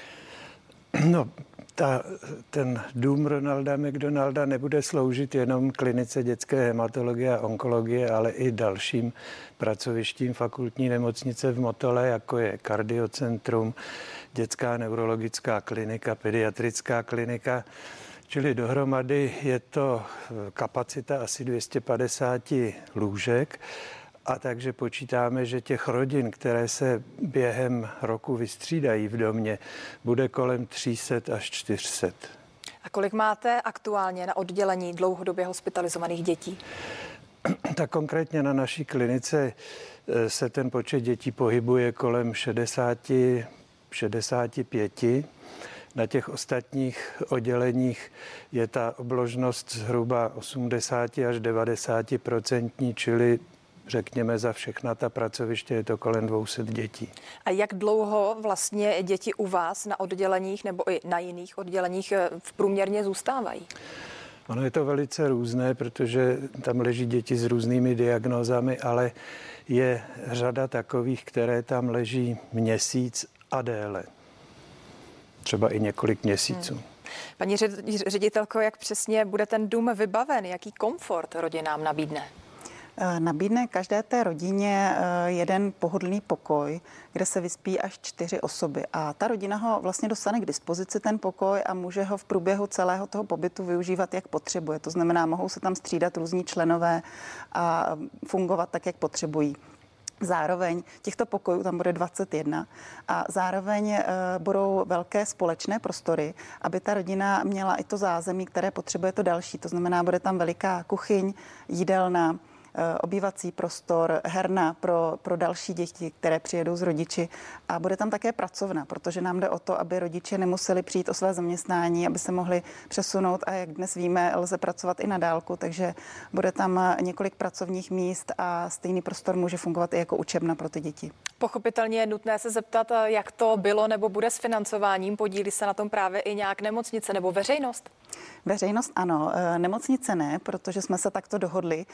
No, ta, ten dům Ronalda McDonalda nebude sloužit jenom klinice dětské hematologie a onkologie, ale i dalším pracovištím fakultní nemocnice v Motole, jako je kardiocentrum, dětská neurologická klinika, pediatrická klinika. Čili dohromady je to kapacita asi dvě stě padesát lůžek. A takže počítáme, že těch rodin, které se během roku vystřídají v domě, bude kolem tři sta až čtyři sta. A kolik máte aktuálně na oddělení dlouhodobě hospitalizovaných dětí? Tak konkrétně na naší klinice se ten počet dětí pohybuje kolem šedesát, šedesát pět. Na těch ostatních odděleních je ta obložnost zhruba osmdesát až devadesát procentní, čili řekněme za všechna ta pracoviště je to kolem dvě stě dětí. A jak dlouho vlastně děti u vás na odděleních nebo i na jiných odděleních v průměrně zůstávají? Ono je to velice různé, protože tam leží děti s různými diagnózami, ale je řada takových, které tam leží měsíc a déle. Třeba i několik měsíců. Hmm. Paní ředitelko, jak přesně bude ten dům vybaven? Jaký komfort rodinám nabídne? Nabídne každé té rodině jeden pohodlný pokoj, kde se vyspí až čtyři osoby. A ta rodina ho vlastně dostane k dispozici ten pokoj a může ho v průběhu celého toho pobytu využívat, jak potřebuje. To znamená, mohou se tam střídat různí členové a fungovat tak, jak potřebují. Zároveň těchto pokojů tam bude dvacet jedna a zároveň e, budou velké společné prostory, aby ta rodina měla i to zázemí, které potřebuje to další. To znamená, bude tam veliká kuchyň, jídelna, obývací prostor, herna pro, pro další děti, které přijedou z rodiči a bude tam také pracovna, protože nám jde o to, aby rodiče nemuseli přijít o své zaměstnání, aby se mohli přesunout a jak dnes víme, lze pracovat i na dálku, takže bude tam několik pracovních míst a stejný prostor může fungovat i jako učebna pro ty děti. Pochopitelně je nutné se zeptat, jak to bylo nebo bude s financováním. Podílí se na tom právě i nějak nemocnice nebo veřejnost? Veřejnost ano, nemocnice ne, protože jsme se takto dohodli,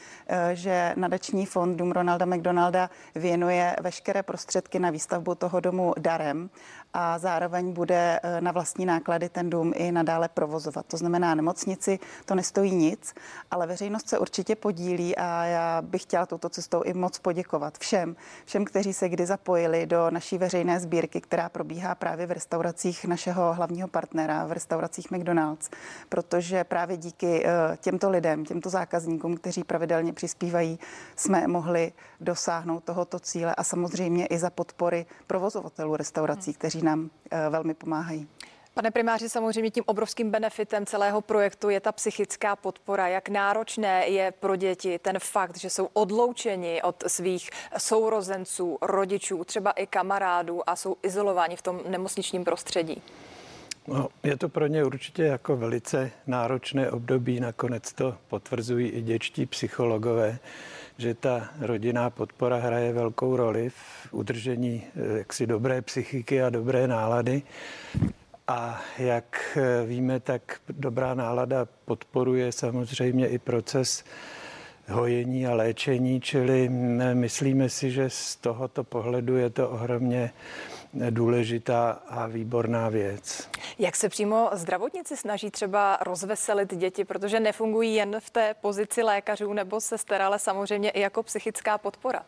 že nadační fond Dům Ronalda McDonalda věnuje veškeré prostředky na výstavbu toho domu darem a zároveň bude na vlastní náklady ten dům i nadále provozovat. To znamená, nemocnici to nestojí nic, ale veřejnost se určitě podílí a já bych chtěla touto cestou i moc poděkovat všem, všem, kteří se kdy zapojili do naší veřejné sbírky, která probíhá právě v restauracích našeho hlavního partnera, v restauracích McDonald's, protože právě díky těmto lidem, těmto zákazníkům, kteří pravidelně přispívají, jsme mohli dosáhnout tohoto cíle a samozřejmě i za podpory provozovatelů restaurací, kteří nám velmi pomáhají. Pane primáři, samozřejmě tím obrovským benefitem celého projektu je ta psychická podpora. Jak náročné je pro děti ten fakt, že jsou odloučeni od svých sourozenců, rodičů, třeba i kamarádů a jsou izolováni v tom nemocničním prostředí? No, je to pro ně určitě jako velice náročné období, nakonec to potvrzují i dětští psychologové, že ta rodinná podpora hraje velkou roli v udržení jaksi dobré psychiky a dobré nálady. A jak víme, tak dobrá nálada podporuje samozřejmě i proces hojení a léčení, čili myslíme si, že z tohoto pohledu je to ohromně důležitá a výborná věc. Jak se přímo zdravotníci snaží třeba rozveselit děti, protože nefungují jen v té pozici lékařů nebo sester, ale samozřejmě i jako psychická podpora?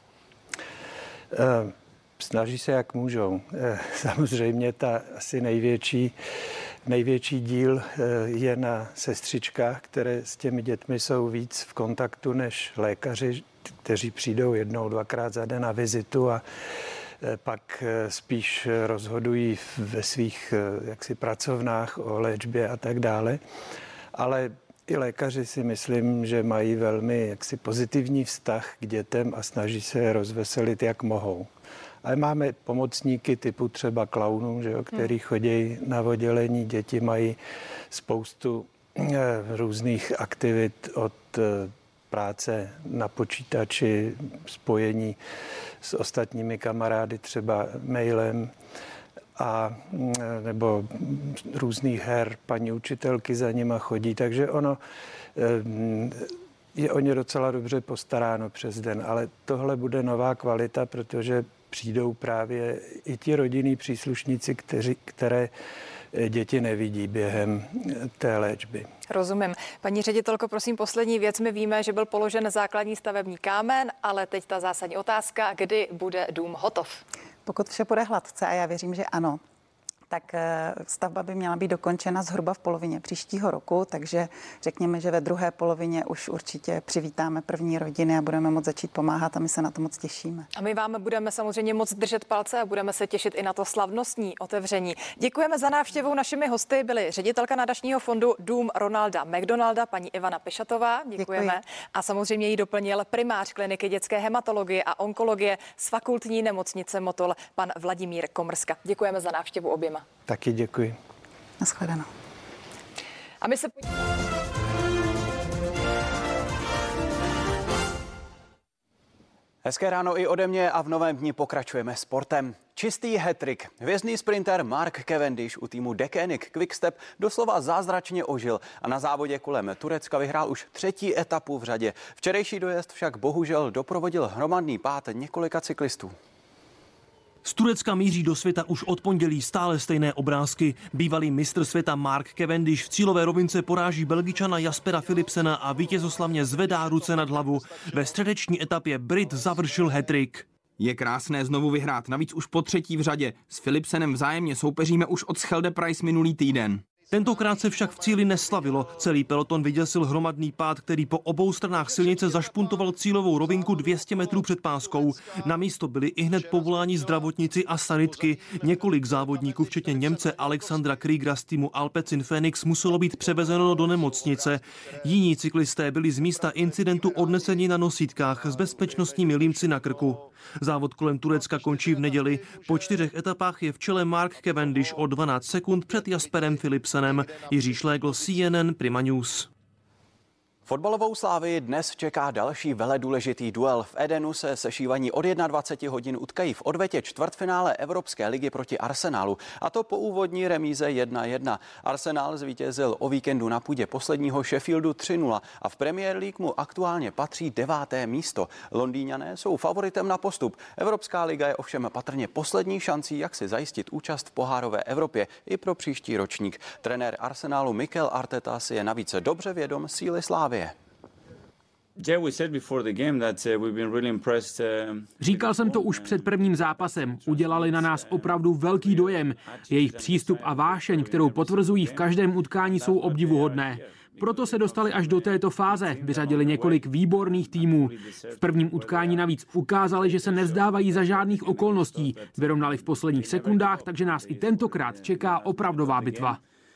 Snaží se, jak můžou. Samozřejmě ta asi největší, největší díl je na sestřičkách, které s těmi dětmi jsou víc v kontaktu než lékaři, kteří přijdou jednou, dvakrát za den na vizitu a pak spíš rozhodují ve svých jaksi pracovnách o léčbě a tak dále. Ale i lékaři si myslím, že mají velmi jaksi pozitivní vztah k dětem a snaží se je rozveselit, jak mohou. Ale máme pomocníky typu třeba klaunů, že jo, který chodí na oddělení. Děti mají spoustu různých aktivit od práce na počítači, spojení s ostatními kamarády, třeba mailem, a nebo různých her, paní učitelky za nima chodí, takže ono je o ně docela dobře postaráno přes den, ale tohle bude nová kvalita, protože přijdou právě i ti rodinní příslušníci, kteří, které děti nevidí během té léčby. Rozumím. Paní ředitelko, prosím, poslední věc. My víme, že byl položen základní stavební kámen, ale teď ta zásadní otázka, kdy bude dům hotov? Pokud vše bude hladce, a já věřím, že ano, tak stavba by měla být dokončena zhruba v polovině příštího roku, takže řekněme, že ve druhé polovině už určitě přivítáme první rodiny a budeme moct začít pomáhat a my se na to moc těšíme. A my vám budeme samozřejmě moc držet palce a budeme se těšit i na to slavnostní otevření. Děkujeme za návštěvu. Našimi hosty byly ředitelka nadačního fondu Dům Ronalda McDonalda, paní Ivana Pešatová. Děkujeme. Děkuji. A samozřejmě ji doplnil primář kliniky dětské hematologie a onkologie z fakultní nemocnice Motol, pan Vladimír Komrska. Děkujeme za návštěvu oběma. Taky děkuji. Naschledanou. A my se Hezké ráno i ode mě a v novém dni pokračujeme sportem. Čistý hat-trick. Hvězdný sprinter Mark Cavendish u týmu Deceuninck Quickstep doslova zázračně ožil a na závodě kolem Turecka vyhrál už třetí etapu v řadě. Včerejší dojezd však bohužel doprovodil hromadný pád několika cyklistů. Z Turecka míří do světa už od pondělí stále stejné obrázky. Bývalý mistr světa Mark Cavendish v cílové rovince poráží Belgičana Jaspera Philipsena a vítězoslavně zvedá ruce nad hlavu. Ve středeční etapě Brit završil hat-trick. Je krásné znovu vyhrát, navíc už po třetí v řadě. S Philipsenem vzájemně soupeříme už od Schelde Price minulý týden. Tentokrát se však v cíli neslavilo. Celý peloton vyděsil hromadný pád, který po obou stranách silnice zašpuntoval cílovou rovinku dvě stě metrů před páskou. Na místo byli ihned povoláni zdravotníci a sanitky. Několik závodníků, včetně Němce Alexandra Kriegera z týmu Alpecin Phoenix, muselo být převezeno do nemocnice. Jiní cyklisté byli z místa incidentu odneseni na nosítkách s bezpečnostními límci na krku. Závod kolem Turecka končí v neděli. Po čtyřech etapách je v čele Mark Cavendish o dvanáct sekund před Jasperem Philipsenem. Jiří Šlégl, C N N, Prima News. Fotbalovou Slávii dnes čeká další veledůležitý duel. V Edenu se sešívaní od dvacet jedna hodin utkají v odvetě čtvrtfinále Evropské ligy proti Arsenálu. A to po úvodní remíze jedna jedna. Arsenal zvítězil o víkendu na půdě posledního Sheffieldu tři nula a v Premier League mu aktuálně patří deváté místo. Londýňané jsou favoritem na postup. Evropská liga je ovšem patrně poslední šancí, jak si zajistit účast v pohárové Evropě i pro příští ročník. Trenér Arsenálu Mikel Arteta si je navíc dobře vědom síly Slávie. Říkal jsem to už před prvním zápasem. Udělali na nás opravdu velký dojem. Jejich přístup a vášeň, kterou potvrzují v každém utkání, jsou obdivuhodné. Proto se dostali až do této fáze. Vyřadili několik výborných týmů. V prvním utkání navíc ukázali, že se nevzdávají za žádných okolností. Vyrovnali v posledních sekundách, takže nás i tentokrát čeká opravdová bitva.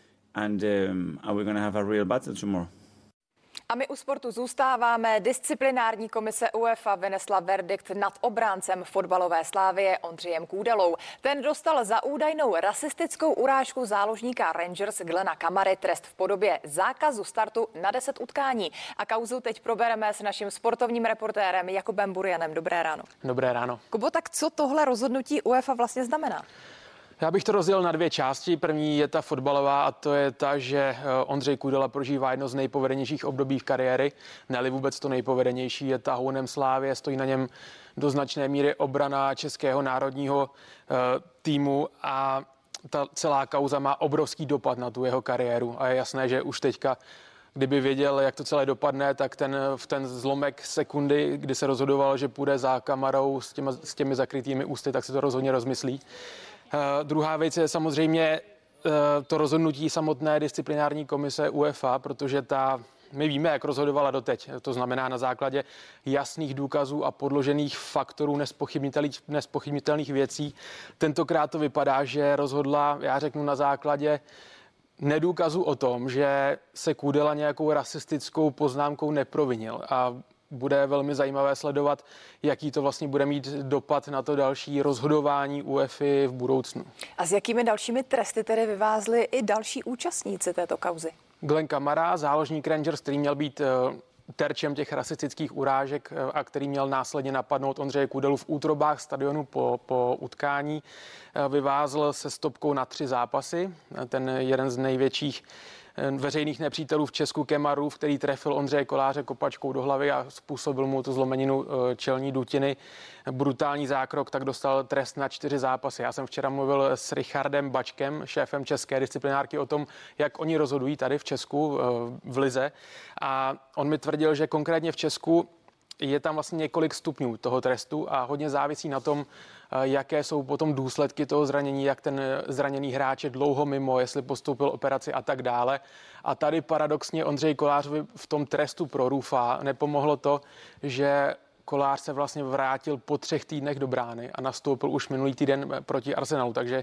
A my u sportu zůstáváme. Disciplinární komise UEFA vynesla verdikt nad obráncem fotbalové Slávie Ondřejem Kůdelou. Ten dostal za údajnou rasistickou urážku záložníka Rangers Glena Kamary trest v podobě zákazu startu na deset utkání. A kauzu teď probereme s naším sportovním reportérem Jakubem Burjanem. Dobré ráno. Dobré ráno. Kubo, tak co tohle rozhodnutí UEFA vlastně znamená? Já bych to rozdělil na dvě části. První je ta fotbalová a to je ta, že Ondřej Kůdela prožívá jedno z nejpovedenějších období v kariéry. Ne-li vůbec to nejpovedenější, je tahounem Slávie, stojí na něm do značné míry obrana českého národního uh, týmu a ta celá kauza má obrovský dopad na tu jeho kariéru a je jasné, že už teďka, kdyby věděl, jak to celé dopadne, tak ten, v ten zlomek sekundy, kdy se rozhodoval, že půjde za kamerou s, těma, s těmi zakrytými ústy, tak si to rozhodně rozmyslí. Uh, druhá věc je samozřejmě uh, to rozhodnutí samotné disciplinární komise UEFA, protože ta, my víme, jak rozhodovala doteď. To znamená na základě jasných důkazů a podložených faktorů nespochybnitelných, nespochybnitelných věcí. Tentokrát to vypadá, že rozhodla, já řeknu, na základě nedůkazů o tom, že se Kůdela nějakou rasistickou poznámkou neprovinil. A bude velmi zajímavé sledovat, jaký to vlastně bude mít dopad na to další rozhodování UEFA v budoucnu. A s jakými dalšími tresty tedy vyvázli i další účastníci této kauzy? Glenn Kamara, záložník Rangers, který měl být terčem těch rasistických urážek a který měl následně napadnout Ondřeje Kudelu v útrobách stadionu po, po utkání, vyvázl se stopkou na tři zápasy. Ten jeden z největších veřejných nepřítelů v Česku, Kemarův, který trefil Ondřeje Koláře kopačkou do hlavy a způsobil mu tu zlomeninu čelní dutiny. Brutální zákrok, tak dostal trest na čtyři zápasy. Já jsem včera mluvil s Richardem Bačkem, šéfem české disciplinárky, o tom, jak oni rozhodují tady v Česku v lize. A on mi tvrdil, že konkrétně v Česku je tam vlastně několik stupňů toho trestu a hodně závisí na tom, jaké jsou potom důsledky toho zranění, jak ten zraněný hráč je dlouho mimo, jestli postoupil operaci a tak dále. A tady paradoxně Ondřej Kolářovi v tom trestu pro Rufa nepomohlo to, že Kolář se vlastně vrátil po třech týdnech do brány a nastoupil už minulý týden proti Arsenalu, takže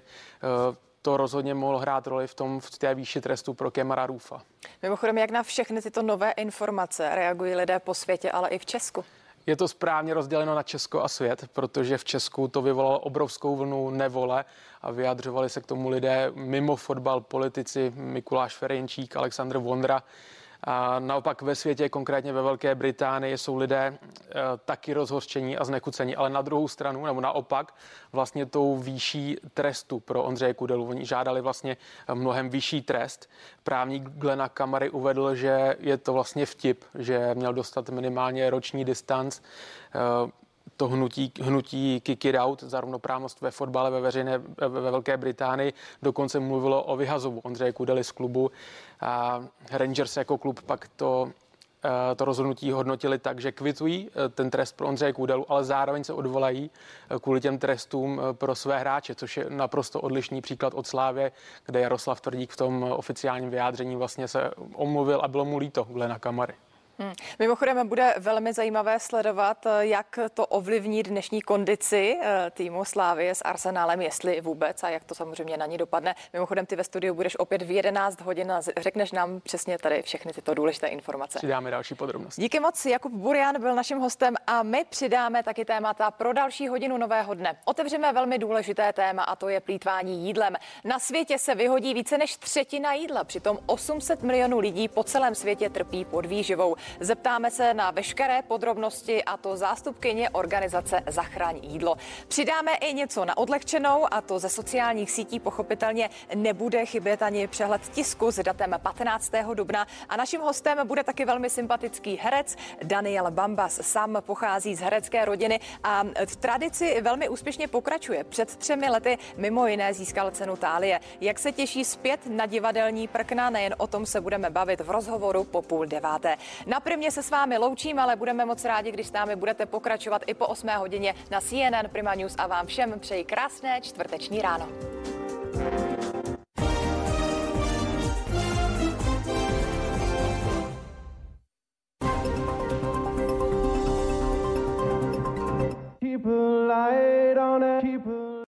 to rozhodně mohlo hrát roli v tom, v té výši trestu pro Kemara Rufa. Mimochodem, jak na všechny tyto nové informace reagují lidé po světě, ale i v Česku? Je to správně rozděleno na Česko a svět, protože v Česku to vyvolalo obrovskou vlnu nevole a vyjadřovali se k tomu lidé mimo fotbal, politici Mikuláš Ferjenčík, Alexandr Vondra. A naopak ve světě, konkrétně ve Velké Británii, jsou lidé e, taky rozhořčení a znekucení, ale na druhou stranu, nebo naopak, vlastně tou výší trestu pro Ondřeje Kudelu. Oni žádali vlastně mnohem vyšší trest. Právník Glena Kamary uvedl, že je to vlastně vtip, že měl dostat minimálně roční distanc. E, to hnutí, hnutí Kick It Out za rovnoprávnost ve fotbale ve veřejné ve Velké Británii dokonce mluvilo o vyhazovu Ondřeje Kudely z klubu. A Rangers jako klub pak to, to rozhodnutí hodnotili tak, že kvitují ten trest pro Ondřeje Kudelu, ale zároveň se odvolají kvůli těm trestům pro své hráče, což je naprosto odlišný příklad od Slávě, kde Jaroslav Tvrdík v tom oficiálním vyjádření vlastně se omluvil a bylo mu líto Glena Kamary. Hmm. Mimochodem bude velmi zajímavé sledovat, jak to ovlivní dnešní kondici týmu Slávie s Arsenálem, jestli vůbec a jak to samozřejmě na ní dopadne. Mimochodem ty ve studiu budeš opět v jedenáct hodin a řekneš nám přesně tady všechny tyto důležité informace. Přidáme další podrobnosti. Díky moc, Jakub Burian byl naším hostem a my přidáme taky témata pro další hodinu nového dne. Otevřeme velmi důležité téma a to je plýtvání jídlem. Na světě se vyhodí více než třetina jídla, přitom osm set milionů lidí po celém světě trpí podvýživou. Zeptáme se na veškeré podrobnosti a to zástupkyně organizace Zachraň jídlo. Přidáme i něco na odlehčenou a to ze sociálních sítí pochopitelně nebude chybět ani přehled tisku s datem patnáctého dubna a naším hostem bude taky velmi sympatický herec Daniel Bambas. Sám pochází z herecké rodiny a v tradici velmi úspěšně pokračuje. Před třemi lety mimo jiné získal cenu Thálie. Jak se těší zpět na divadelní prkna, nejen o tom se budeme bavit v rozhovoru po půl deváté. Na primě se s vámi loučím, ale budeme moc rádi, když s námi budete pokračovat i po osmé hodině na C N N Prima News a vám všem přeji krásné čtvrteční ráno.